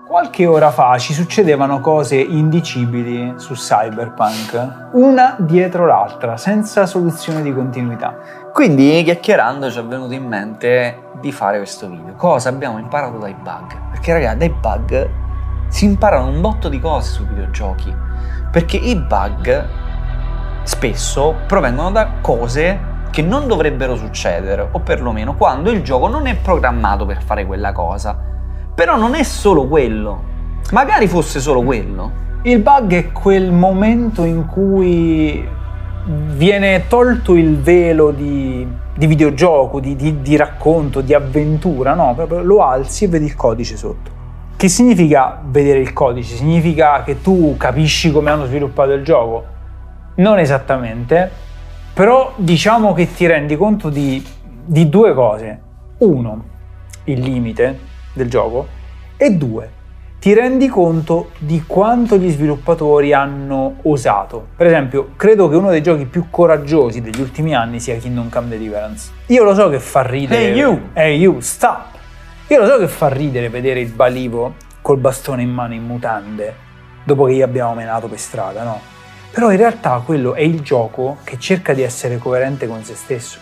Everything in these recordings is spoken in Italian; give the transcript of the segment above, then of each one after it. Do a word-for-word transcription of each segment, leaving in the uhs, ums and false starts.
Qualche ora fa ci succedevano cose indicibili su Cyberpunk, una dietro l'altra, senza soluzione di continuità. Quindi, chiacchierando, ci è venuto in mente di fare questo video. Cosa abbiamo imparato dai bug? Perché, ragazzi, dai bug si imparano un botto di cose sui videogiochi. Perché i bug spesso provengono da cose che non dovrebbero succedere, o perlomeno quando il gioco non è programmato per fare quella cosa. Però non è solo quello, magari fosse solo quello. Il bug è quel momento in cui viene tolto il velo di, di videogioco, di, di, di racconto, di avventura, no? Proprio lo alzi e vedi il codice sotto. Che significa vedere il codice? Significa che tu capisci come hanno sviluppato il gioco? Non esattamente, però diciamo che ti rendi conto di, di due cose. Uno, il limite del gioco, e due, ti rendi conto di quanto gli sviluppatori hanno osato. Per esempio, credo che uno dei giochi più coraggiosi degli ultimi anni sia Kingdom Come Deliverance. Io lo so che fa ridere. Hey you! Hey you, stop! Io lo so che fa ridere vedere il balivo col bastone in mano in mutande dopo che gli abbiamo menato per strada, no? Però in realtà quello è il gioco che cerca di essere coerente con se stesso.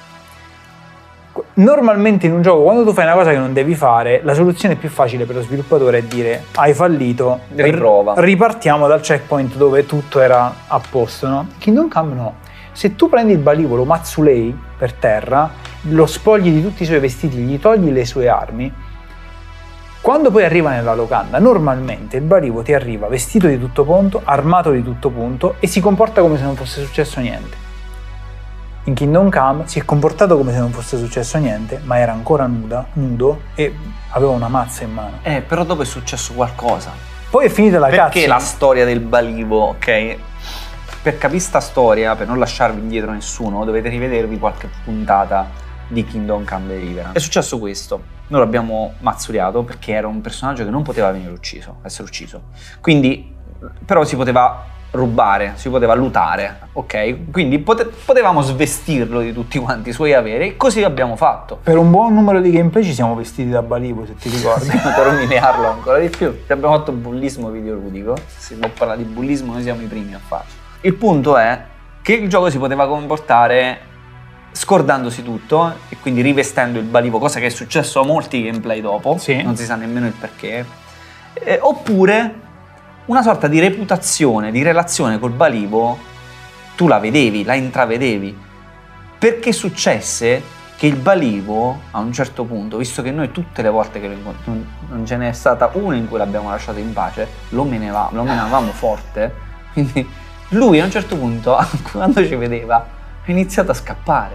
Normalmente in un gioco, quando tu fai una cosa che non devi fare, la soluzione più facile per lo sviluppatore è dire hai fallito, riprova, ripartiamo dal checkpoint dove tutto era a posto, no? Kingdom Come no. Se tu prendi il balivo, lo mazzulei per terra, lo spogli di tutti i suoi vestiti, gli togli le sue armi, quando poi arriva nella locanda, normalmente il balivo ti arriva vestito di tutto punto, armato di tutto punto e si comporta come se non fosse successo niente. In Kingdom Come si è comportato come se non fosse successo niente, ma era ancora nuda, nudo e aveva una mazza in mano. Eh, però dopo è successo qualcosa. Poi è finita la cazzo. Perché la storia del balivo, ok? Per capire sta storia, per non lasciarvi indietro nessuno, dovete rivedervi qualche puntata di Kingdom Come Deliverance. È successo questo. Noi l'abbiamo mazzuriato perché era un personaggio che non poteva venire ucciso, essere ucciso. Quindi, però si poteva rubare, si poteva lootare, ok? Quindi pote- potevamo svestirlo di tutti quanti i suoi averi e così abbiamo fatto. Per un buon numero di gameplay ci siamo vestiti da balivo, se ti ricordi. Per rovinearlo ancora di più. Se abbiamo fatto bullismo videoludico, se può parlare di bullismo noi siamo i primi a farlo. Il punto è che il gioco si poteva comportare scordandosi tutto e quindi rivestendo il balivo, cosa che è successo a molti gameplay dopo, sì. Non si sa nemmeno il perché, eh, oppure una sorta di reputazione, di relazione col balivo, tu la vedevi, la intravedevi, perché successe che il balivo a un certo punto, visto che noi tutte le volte che lo incontriamo, non ce n'è stata una in cui l'abbiamo lasciato in pace, lo, meneva, lo menavamo forte, quindi lui a un certo punto, quando ci vedeva, ha iniziato a scappare.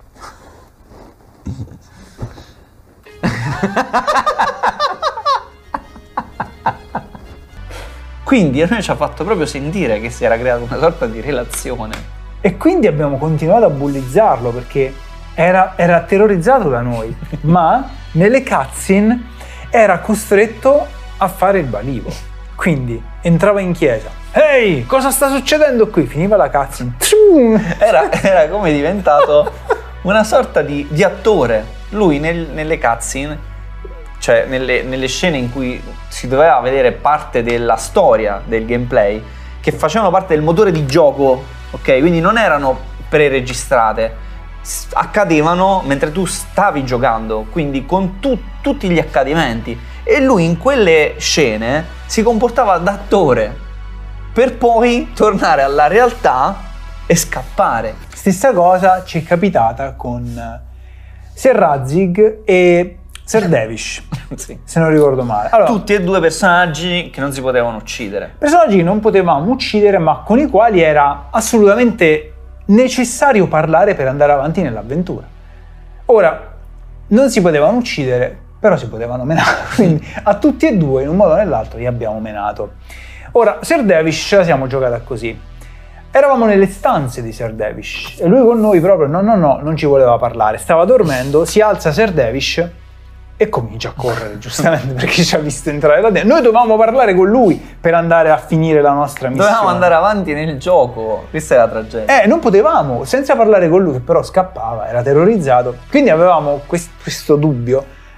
Quindi a noi ci ha fatto proprio sentire che si era creata una sorta di relazione. E quindi abbiamo continuato a bullizzarlo perché era, era terrorizzato da noi, ma nelle cutscene era costretto a fare il balivo. Quindi entrava in chiesa. Ehi, cosa sta succedendo qui? Finiva la cutscene. Era, era come diventato una sorta di, di attore. Lui nel, nelle cutscene, cioè nelle, nelle scene in cui si doveva vedere parte della storia del gameplay, che facevano parte del motore di gioco, ok? Quindi non erano preregistrate, accadevano mentre tu stavi giocando, quindi con tu, tutti gli accadimenti. E lui in quelle scene si comportava da attore, per poi tornare alla realtà e scappare. Stessa cosa ci è capitata con Ser Radzig e Ser Devish, sì. Se non ricordo male. Allora, tutti e due personaggi che non si potevano uccidere. Personaggi che non potevamo uccidere, ma con i quali era assolutamente necessario parlare per andare avanti nell'avventura. Ora, non si potevano uccidere, però si potevano menare, quindi a tutti e due, in un modo o nell'altro, li abbiamo menato. Ora, Ser Devish ce la siamo giocata così. Eravamo nelle stanze di Ser Devish e lui con noi proprio no, no, no, non ci voleva parlare. Stava dormendo, si alza Ser Devish e comincia a correre, giustamente, perché ci ha visto entrare da dentro. Noi dovevamo parlare con lui per andare a finire la nostra missione. Dovevamo andare avanti nel gioco, questa è la tragedia. Eh, non potevamo, senza parlare con lui, che però scappava, era terrorizzato. Quindi avevamo quest- questo dubbio.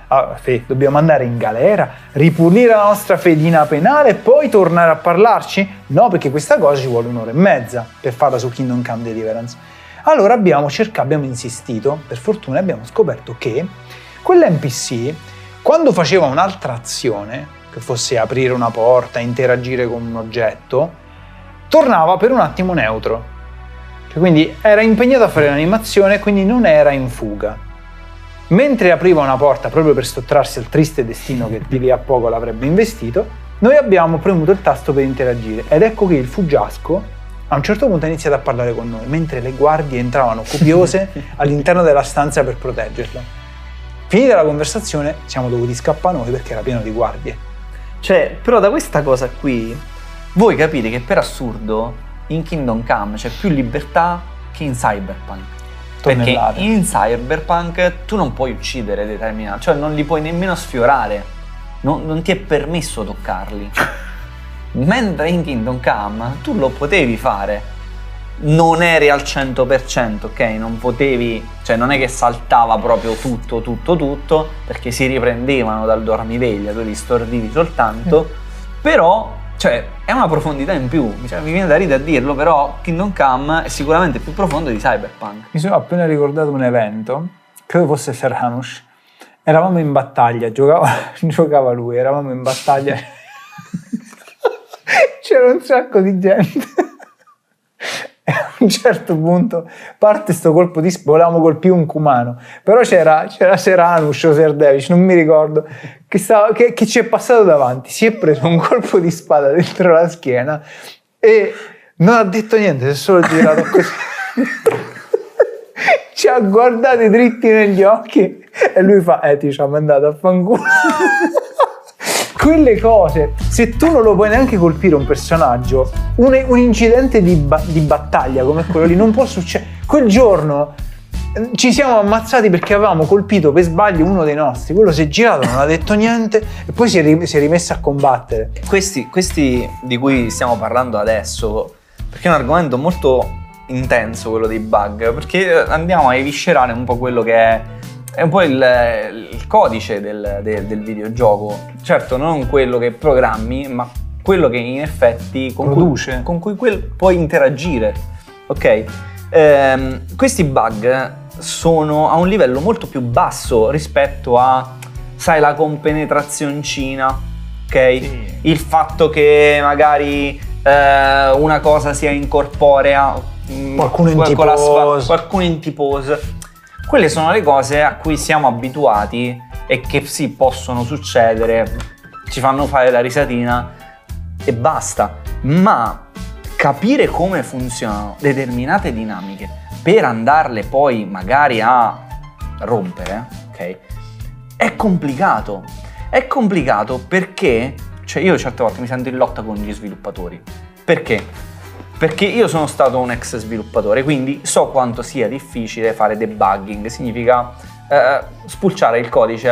Allora, fe, dobbiamo andare in galera, ripulire la nostra fedina penale e poi tornare a parlarci? No, perché questa cosa ci vuole un'ora e mezza per farla su Kingdom Come Deliverance. Allora abbiamo cercato, abbiamo insistito, per fortuna abbiamo scoperto che quell'N P C, quando faceva un'altra azione, che fosse aprire una porta, interagire con un oggetto, tornava per un attimo neutro. Cioè, quindi era impegnato a fare l'animazione e quindi non era in fuga. Mentre apriva una porta proprio per sottrarsi al triste destino che di lì a poco l'avrebbe investito, noi abbiamo premuto il tasto per interagire ed ecco che il fuggiasco a un certo punto ha iniziato a parlare con noi, mentre le guardie entravano copiose all'interno della stanza per proteggerlo. Finita la conversazione siamo dovuti scappare noi perché era pieno di guardie. Cioè, però da questa cosa qui, voi capite che per assurdo in Kingdom Come c'è più libertà che in Cyberpunk. Tonnellate. Perché in Cyberpunk tu non puoi uccidere determinati, cioè non li puoi nemmeno sfiorare, non, non ti è permesso toccarli. Mentre in Kingdom Come tu lo potevi fare, non eri al cento per cento, ok? Non potevi, cioè non è che saltava proprio tutto, tutto, tutto, perché si riprendevano dal dormiveglia, tu li stordivi soltanto, mm. però, cioè, è una profondità in più, cioè, mi viene da ridere a dirlo, però Kingdom Come è sicuramente più profondo di Cyberpunk. Mi sono appena ricordato un evento, credo fosse Serhanush, eravamo in battaglia, giocava, giocava lui, eravamo in battaglia, c'era un sacco di gente. E a un certo punto parte sto colpo di spada, volevamo colpire un cumano, però c'era, c'era Serhanush o Serdevic, non mi ricordo, che, stava, che, che ci è passato davanti, si è preso un colpo di spada dentro la schiena e non ha detto niente, si è solo girato così. Ci ha guardati dritti negli occhi e lui fa, eh ti ci ha mandato a fanculo. Quelle cose, se tu non lo puoi neanche colpire un personaggio, un, un incidente di, ba- di battaglia come quello lì non può succedere. Quel giorno ci siamo ammazzati perché avevamo colpito per sbaglio uno dei nostri, quello si è girato, non ha detto niente e poi si è, rim- si è rimesso a combattere. Questi, questi di cui stiamo parlando adesso, perché è un argomento molto intenso quello dei bug, perché andiamo a eviscerare un po' quello che è È un po' il, il codice del, del, del videogioco, certo non quello che programmi, ma quello che in effetti con produce, cui, con cui quel, puoi interagire, ok? Ehm, questi bug sono a un livello molto più basso rispetto a, sai, la compenetrazioncina, ok? Sì. Il fatto che magari eh, una cosa sia incorporea, qualcuno in T-pose, qualcuno in T-pose. Quelle sono le cose a cui siamo abituati e che sì, possono succedere, ci fanno fare la risatina e basta. Ma capire come funzionano determinate dinamiche per andarle poi magari a rompere, ok? È complicato. È complicato perché, cioè io certe volte mi sento in lotta con gli sviluppatori. Perché? Perché io sono stato un ex sviluppatore, quindi so quanto sia difficile fare debugging, significa eh, spulciare il codice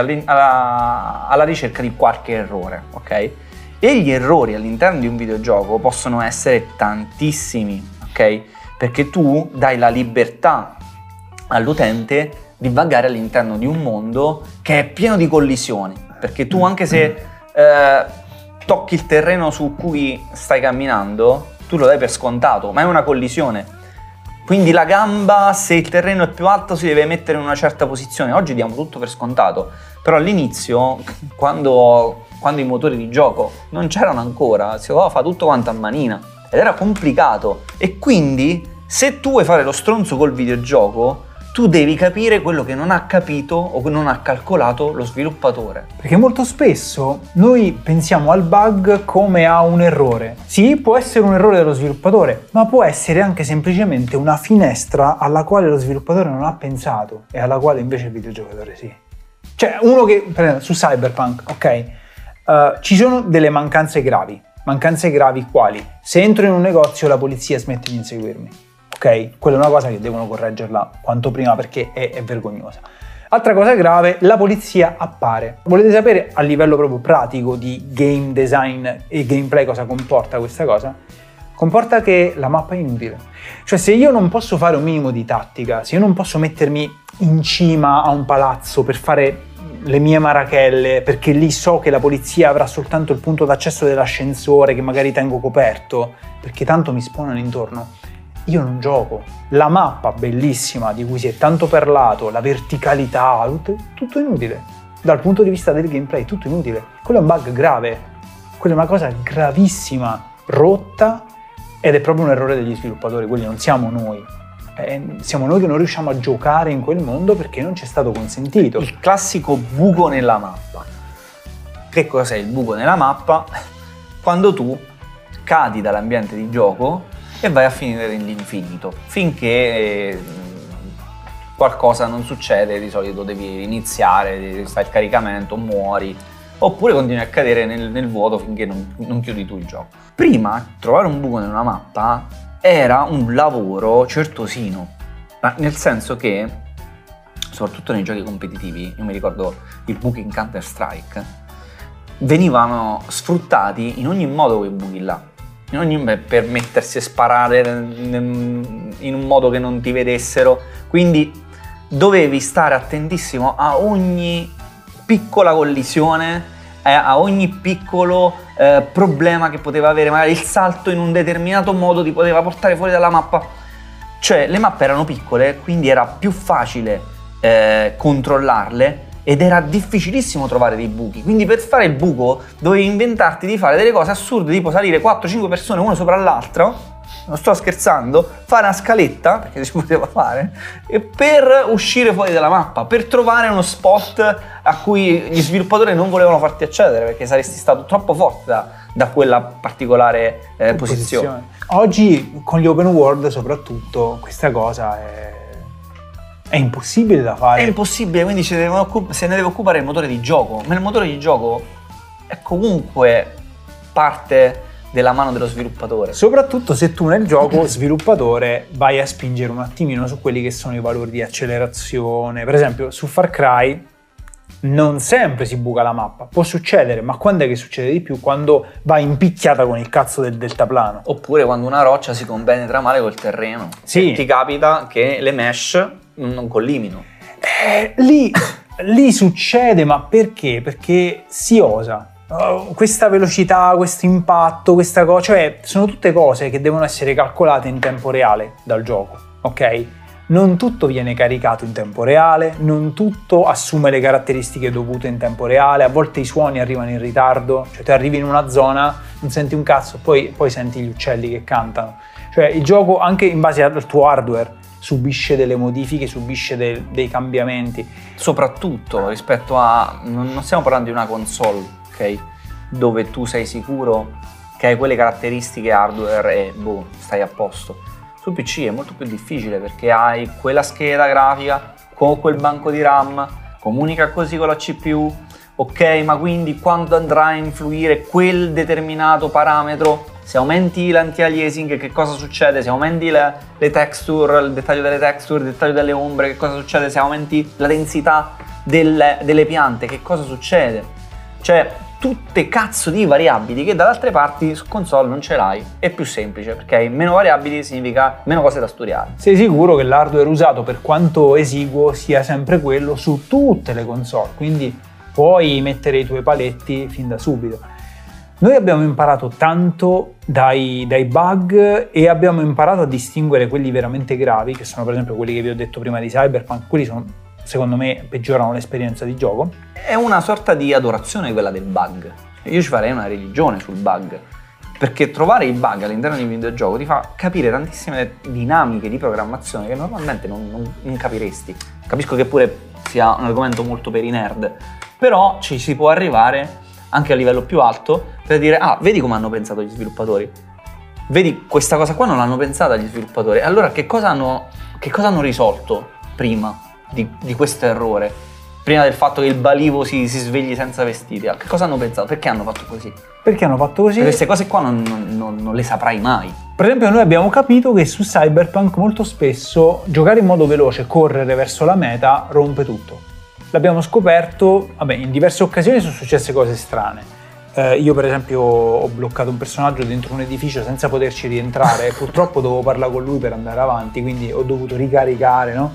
alla, alla ricerca di qualche errore, ok? E gli errori all'interno di un videogioco possono essere tantissimi, ok? Perché tu dai la libertà all'utente di vagare all'interno di un mondo che è pieno di collisioni, perché tu anche se eh, tocchi il terreno su cui stai camminando, tu lo dai per scontato, ma è una collisione. Quindi la gamba, se il terreno è più alto, si deve mettere in una certa posizione. Oggi diamo tutto per scontato, però all'inizio, quando, quando i motori di gioco non c'erano ancora, si doveva fare tutto quanto a manina ed era complicato. E quindi, se tu vuoi fare lo stronzo col videogioco, tu devi capire quello che non ha capito o che non ha calcolato lo sviluppatore. Perché molto spesso noi pensiamo al bug come a un errore. Sì, può essere un errore dello sviluppatore, ma può essere anche semplicemente una finestra alla quale lo sviluppatore non ha pensato e alla quale invece il videogiocatore sì. Cioè, uno che, per esempio, su Cyberpunk, ok, uh, ci sono delle mancanze gravi. Mancanze gravi quali? Se entro in un negozio la polizia smette di inseguirmi. Ok, quella è una cosa che devono correggerla quanto prima perché è, è vergognosa. Altra cosa grave, la polizia appare. Volete sapere a livello proprio pratico di game design e gameplay cosa comporta questa cosa? Comporta che la mappa è inutile. Cioè se io non posso fare un minimo di tattica, se io non posso mettermi in cima a un palazzo per fare le mie marachelle, perché lì so che la polizia avrà soltanto il punto d'accesso dell'ascensore che magari tengo coperto, perché tanto mi spawnano intorno. Io non gioco. La mappa bellissima di cui si è tanto parlato, la verticalità, tutto, tutto inutile. Dal punto di vista del gameplay, tutto inutile. Quello è un bug grave. Quella è una cosa gravissima, rotta, ed è proprio un errore degli sviluppatori. Quelli non siamo noi. Eh, siamo noi che non riusciamo a giocare in quel mondo perché non ci è stato consentito. Il classico buco nella mappa. Che cos'è il buco nella mappa? Quando tu cadi dall'ambiente di gioco e vai a finire nell'infinito, finché eh, qualcosa non succede. Di solito devi iniziare, fai il caricamento, muori, oppure continui a cadere nel, nel vuoto finché non, non chiudi tu il gioco. Prima, trovare un buco in una mappa era un lavoro certosino, ma nel senso che, soprattutto nei giochi competitivi, io mi ricordo il buco in Counter-Strike, venivano sfruttati in ogni modo quei buchi là. In ogni, per mettersi a sparare in un modo che non ti vedessero, quindi dovevi stare attentissimo a ogni piccola collisione, eh, a ogni piccolo eh, problema che poteva avere. Magari il salto in un determinato modo ti poteva portare fuori dalla mappa. Cioè le mappe erano piccole, quindi era più facile eh, controllarle ed era difficilissimo trovare dei buchi. Quindi per fare il buco dovevi inventarti di fare delle cose assurde, tipo salire quattro cinque persone uno sopra l'altro, non sto scherzando, fare una scaletta, perché si poteva fare, e per uscire fuori dalla mappa, per trovare uno spot a cui gli sviluppatori non volevano farti accedere, perché saresti stato troppo forte da, da quella particolare eh, posizione. posizione. Oggi con gli open world soprattutto questa cosa è... È impossibile da fare. È impossibile, quindi se, deve occup- se ne deve occupare il motore di gioco. Ma il motore di gioco è comunque parte della mano dello sviluppatore. Soprattutto se tu nel gioco, sviluppatore, vai a spingere un attimino su quelli che sono i valori di accelerazione. Per esempio, su Far Cry non sempre si buca la mappa. Può succedere, ma quando è che succede di più? Quando va impicchiata con il cazzo del deltaplano. Oppure quando una roccia si compenetra male col terreno. Sì. E ti capita che le mesh non collimino. Eh, lì, lì succede, ma perché? Perché si osa. Oh, questa velocità, questo impatto, questa cosa, cioè sono tutte cose che devono essere calcolate in tempo reale dal gioco, ok? Non tutto viene caricato in tempo reale, non tutto assume le caratteristiche dovute in tempo reale, a volte i suoni arrivano in ritardo, cioè tu arrivi in una zona, non senti un cazzo, poi, poi senti gli uccelli che cantano. Cioè il gioco, anche in base al tuo hardware, subisce delle modifiche, subisce de- dei cambiamenti. Soprattutto rispetto a... non stiamo parlando di una console, ok? Dove tu sei sicuro che hai quelle caratteristiche hardware e boh, stai a posto. Sul P C è molto più difficile perché hai quella scheda grafica con quel banco di RAM, comunica così con la C P U, ok, ma quindi quando andrà a influire quel determinato parametro? Se aumenti l'anti-aliasing, che cosa succede? Se aumenti le, le texture, il dettaglio delle texture, il dettaglio delle ombre, che cosa succede? Se aumenti la densità delle, delle piante, che cosa succede? Cioè, tutte cazzo di variabili che dalle altre parti su console non ce l'hai. È più semplice, perché hai meno variabili significa meno cose da studiare. Sei sicuro che l'hardware usato, per quanto esiguo, sia sempre quello su tutte le console, quindi puoi mettere i tuoi paletti fin da subito. Noi abbiamo imparato tanto dai, dai bug e abbiamo imparato a distinguere quelli veramente gravi, che sono per esempio quelli che vi ho detto prima di Cyberpunk. Quelli sono, secondo me, peggiorano l'esperienza di gioco. È una sorta di adorazione quella del bug. Io ci farei una religione sul bug, perché trovare i bug all'interno di un videogioco ti fa capire tantissime dinamiche di programmazione che normalmente non, non, non capiresti. Capisco che pure sia un argomento molto per i nerd, però ci si può arrivare anche a livello più alto per dire: ah, vedi come hanno pensato gli sviluppatori, vedi questa cosa qua non l'hanno pensata gli sviluppatori, allora che cosa hanno, che cosa hanno risolto prima di, di questo errore, prima del fatto che il balivo si, si svegli senza vestiti? Che cosa hanno pensato? Perché hanno fatto così? Perché hanno fatto così? Perché queste cose qua non, non, non le saprai mai. Per esempio, noi abbiamo capito che su Cyberpunk molto spesso giocare in modo veloce, correre verso la meta, rompe tutto. L'abbiamo scoperto, vabbè, in diverse occasioni sono successe cose strane. Eh, io per esempio ho bloccato un personaggio dentro un edificio senza poterci rientrare, purtroppo dovevo parlare con lui per andare avanti, quindi ho dovuto ricaricare, no?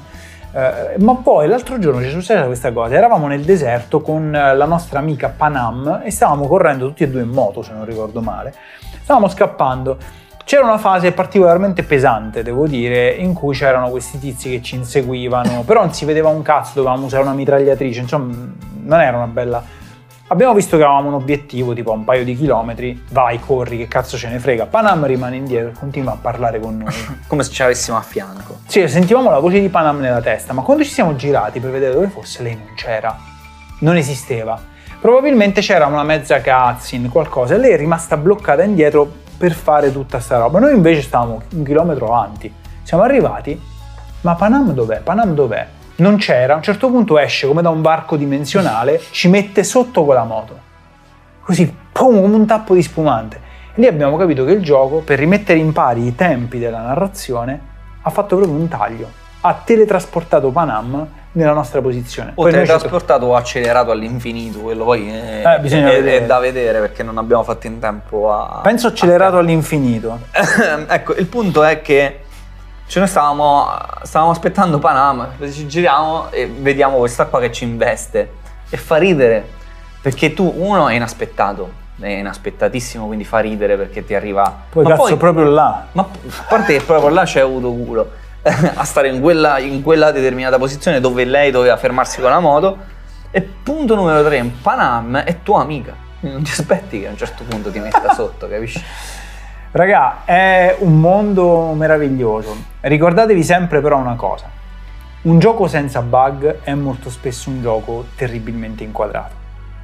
Eh, ma poi l'altro giorno ci è successa questa cosa, eravamo nel deserto con la nostra amica Panam e stavamo correndo tutti e due in moto, se non ricordo male, stavamo scappando. C'era una fase particolarmente pesante, devo dire, in cui c'erano questi tizi che ci inseguivano, però non si vedeva un cazzo, dovevamo usare una mitragliatrice, insomma non era una bella... Abbiamo visto che avevamo un obiettivo, tipo un paio di chilometri, vai, corri, che cazzo ce ne frega. Panam rimane indietro e continua a parlare con noi. Come se ce l'avessimo a fianco. Sì, sentivamo la voce di Panam nella testa, ma quando ci siamo girati per vedere dove fosse, lei non c'era, non esisteva. Probabilmente c'era una mezza cutscene, qualcosa, e lei è rimasta bloccata indietro per fare tutta sta roba. Noi invece stavamo un chilometro avanti. Siamo arrivati, ma Panam dov'è? Panam dov'è? Non c'era, a un certo punto esce come da un varco dimensionale, ci mette sotto con la moto. Così, pum, come un tappo di spumante. E lì abbiamo capito che il gioco, per rimettere in pari i tempi della narrazione, ha fatto proprio un taglio. Ha teletrasportato Panam nella nostra posizione. O teletrasportato o accelerato all'infinito, quello poi è, eh, bisogna è, vedere. È da vedere perché non abbiamo fatto in tempo a... Penso accelerato a... all'infinito. Ecco, il punto è che ce ne stavamo, stavamo aspettando Panam, ci giriamo e vediamo questa qua che ci investe e fa ridere perché tu, uno, è inaspettato, è inaspettatissimo, quindi fa ridere perché ti arriva... Poi ma cazzo poi, proprio là. Ma a parte che proprio là c'è avuto culo a stare in quella, in quella determinata posizione dove lei doveva fermarsi con la moto. E punto numero tre, Panam è tua amica, non ti aspetti che a un certo punto ti metta sotto, capisci? Ragà, è un mondo meraviglioso. Ricordatevi sempre però una cosa. Un gioco senza bug è molto spesso un gioco terribilmente inquadrato.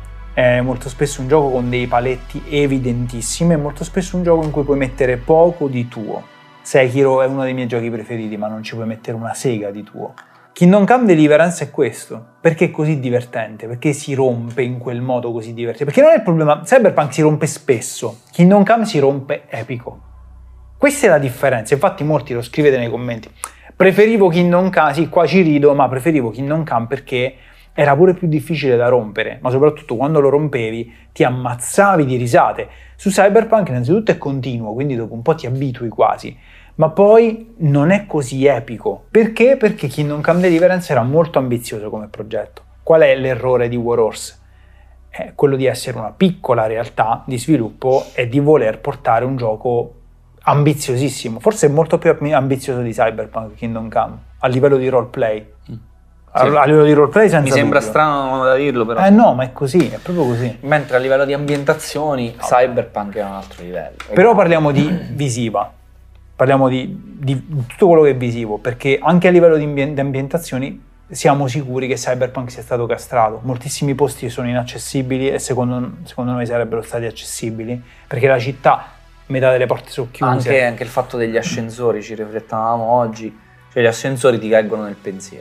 È molto spesso un gioco con dei paletti evidentissimi, è molto spesso un gioco in cui puoi mettere poco di tuo. Sekiro è uno dei miei giochi preferiti, ma non ci puoi mettere una sega di tuo. Kingdom Come Deliverance è questo. Perché è così divertente? Perché si rompe in quel modo così divertente? Perché non è il problema, Cyberpunk si rompe spesso, Kingdom Come si rompe epico. Questa è la differenza, infatti molti lo scrivete nei commenti. Preferivo Kingdom Come, sì, qua ci rido, ma preferivo Kingdom Come perché era pure più difficile da rompere, ma soprattutto quando lo rompevi ti ammazzavi di risate. Su Cyberpunk innanzitutto è continuo, quindi dopo un po' ti abitui quasi. Ma poi non è così epico. Perché? Perché Kingdom Come Deliverance era molto ambizioso come progetto. Qual è l'errore di Warhorse? È quello di essere una piccola realtà di sviluppo e di voler portare un gioco ambiziosissimo. Forse è molto più ambizioso di Cyberpunk Kingdom Come, a livello di roleplay. Mm. A, sì. a livello di roleplay senza Mi sembra dubbio. strano da dirlo, però. Eh no, ma è così, è proprio così. Mentre a livello di ambientazioni, no. Cyberpunk è un altro livello. Però parliamo di visiva. Parliamo di, di tutto quello che è visivo, perché anche a livello di, ambien- di ambientazioni siamo sicuri che Cyberpunk sia stato castrato. Moltissimi posti sono inaccessibili e secondo, secondo noi sarebbero stati accessibili, perché la città, metà delle porte sono chiuse. Anche, anche il fatto degli ascensori, ci riflettavamo oggi, cioè gli ascensori ti reggono nel pensiero.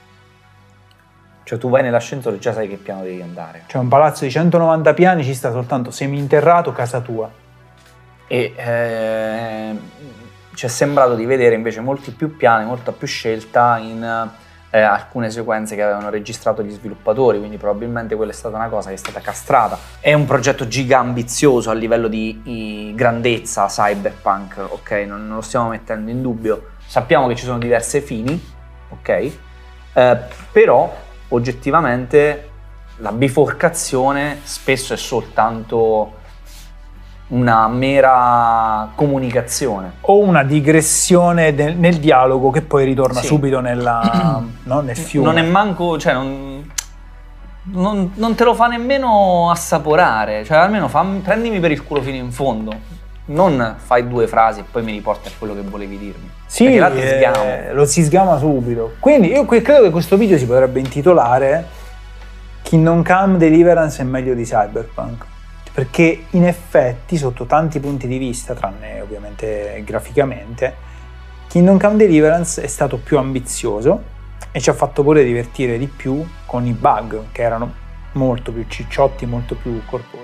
Cioè tu vai nell'ascensore e già sai che piano devi andare. C'è un palazzo di centonovanta piani, ci sta soltanto seminterrato casa tua. E... Eh, ci è sembrato di vedere invece molti più piani, molta più scelta in eh, alcune sequenze che avevano registrato gli sviluppatori, quindi probabilmente quella è stata una cosa che è stata castrata. È un progetto giga ambizioso a livello di, di grandezza Cyberpunk, ok? Non, non lo stiamo mettendo in dubbio, sappiamo che ci sono diverse fini, ok? Eh, però oggettivamente la biforcazione spesso è soltanto una mera comunicazione o una digressione del, nel dialogo che poi ritorna sì. subito nella, no, nel fiume. Non è manco, cioè non, non, non te lo fa nemmeno assaporare, cioè almeno fa, prendimi per il culo fino in fondo, non fai due frasi e poi mi riporti a quello che volevi dirmi. Sì, perché là ti sgamo. Eh, lo si sgama subito. Quindi io credo che questo video si potrebbe intitolare Kingdom Come Deliverance è meglio di Cyberpunk. Perché in effetti, sotto tanti punti di vista, tranne ovviamente graficamente, Kingdom Come Deliverance è stato più ambizioso e ci ha fatto pure divertire di più con i bug, che erano molto più cicciotti, molto più corposi.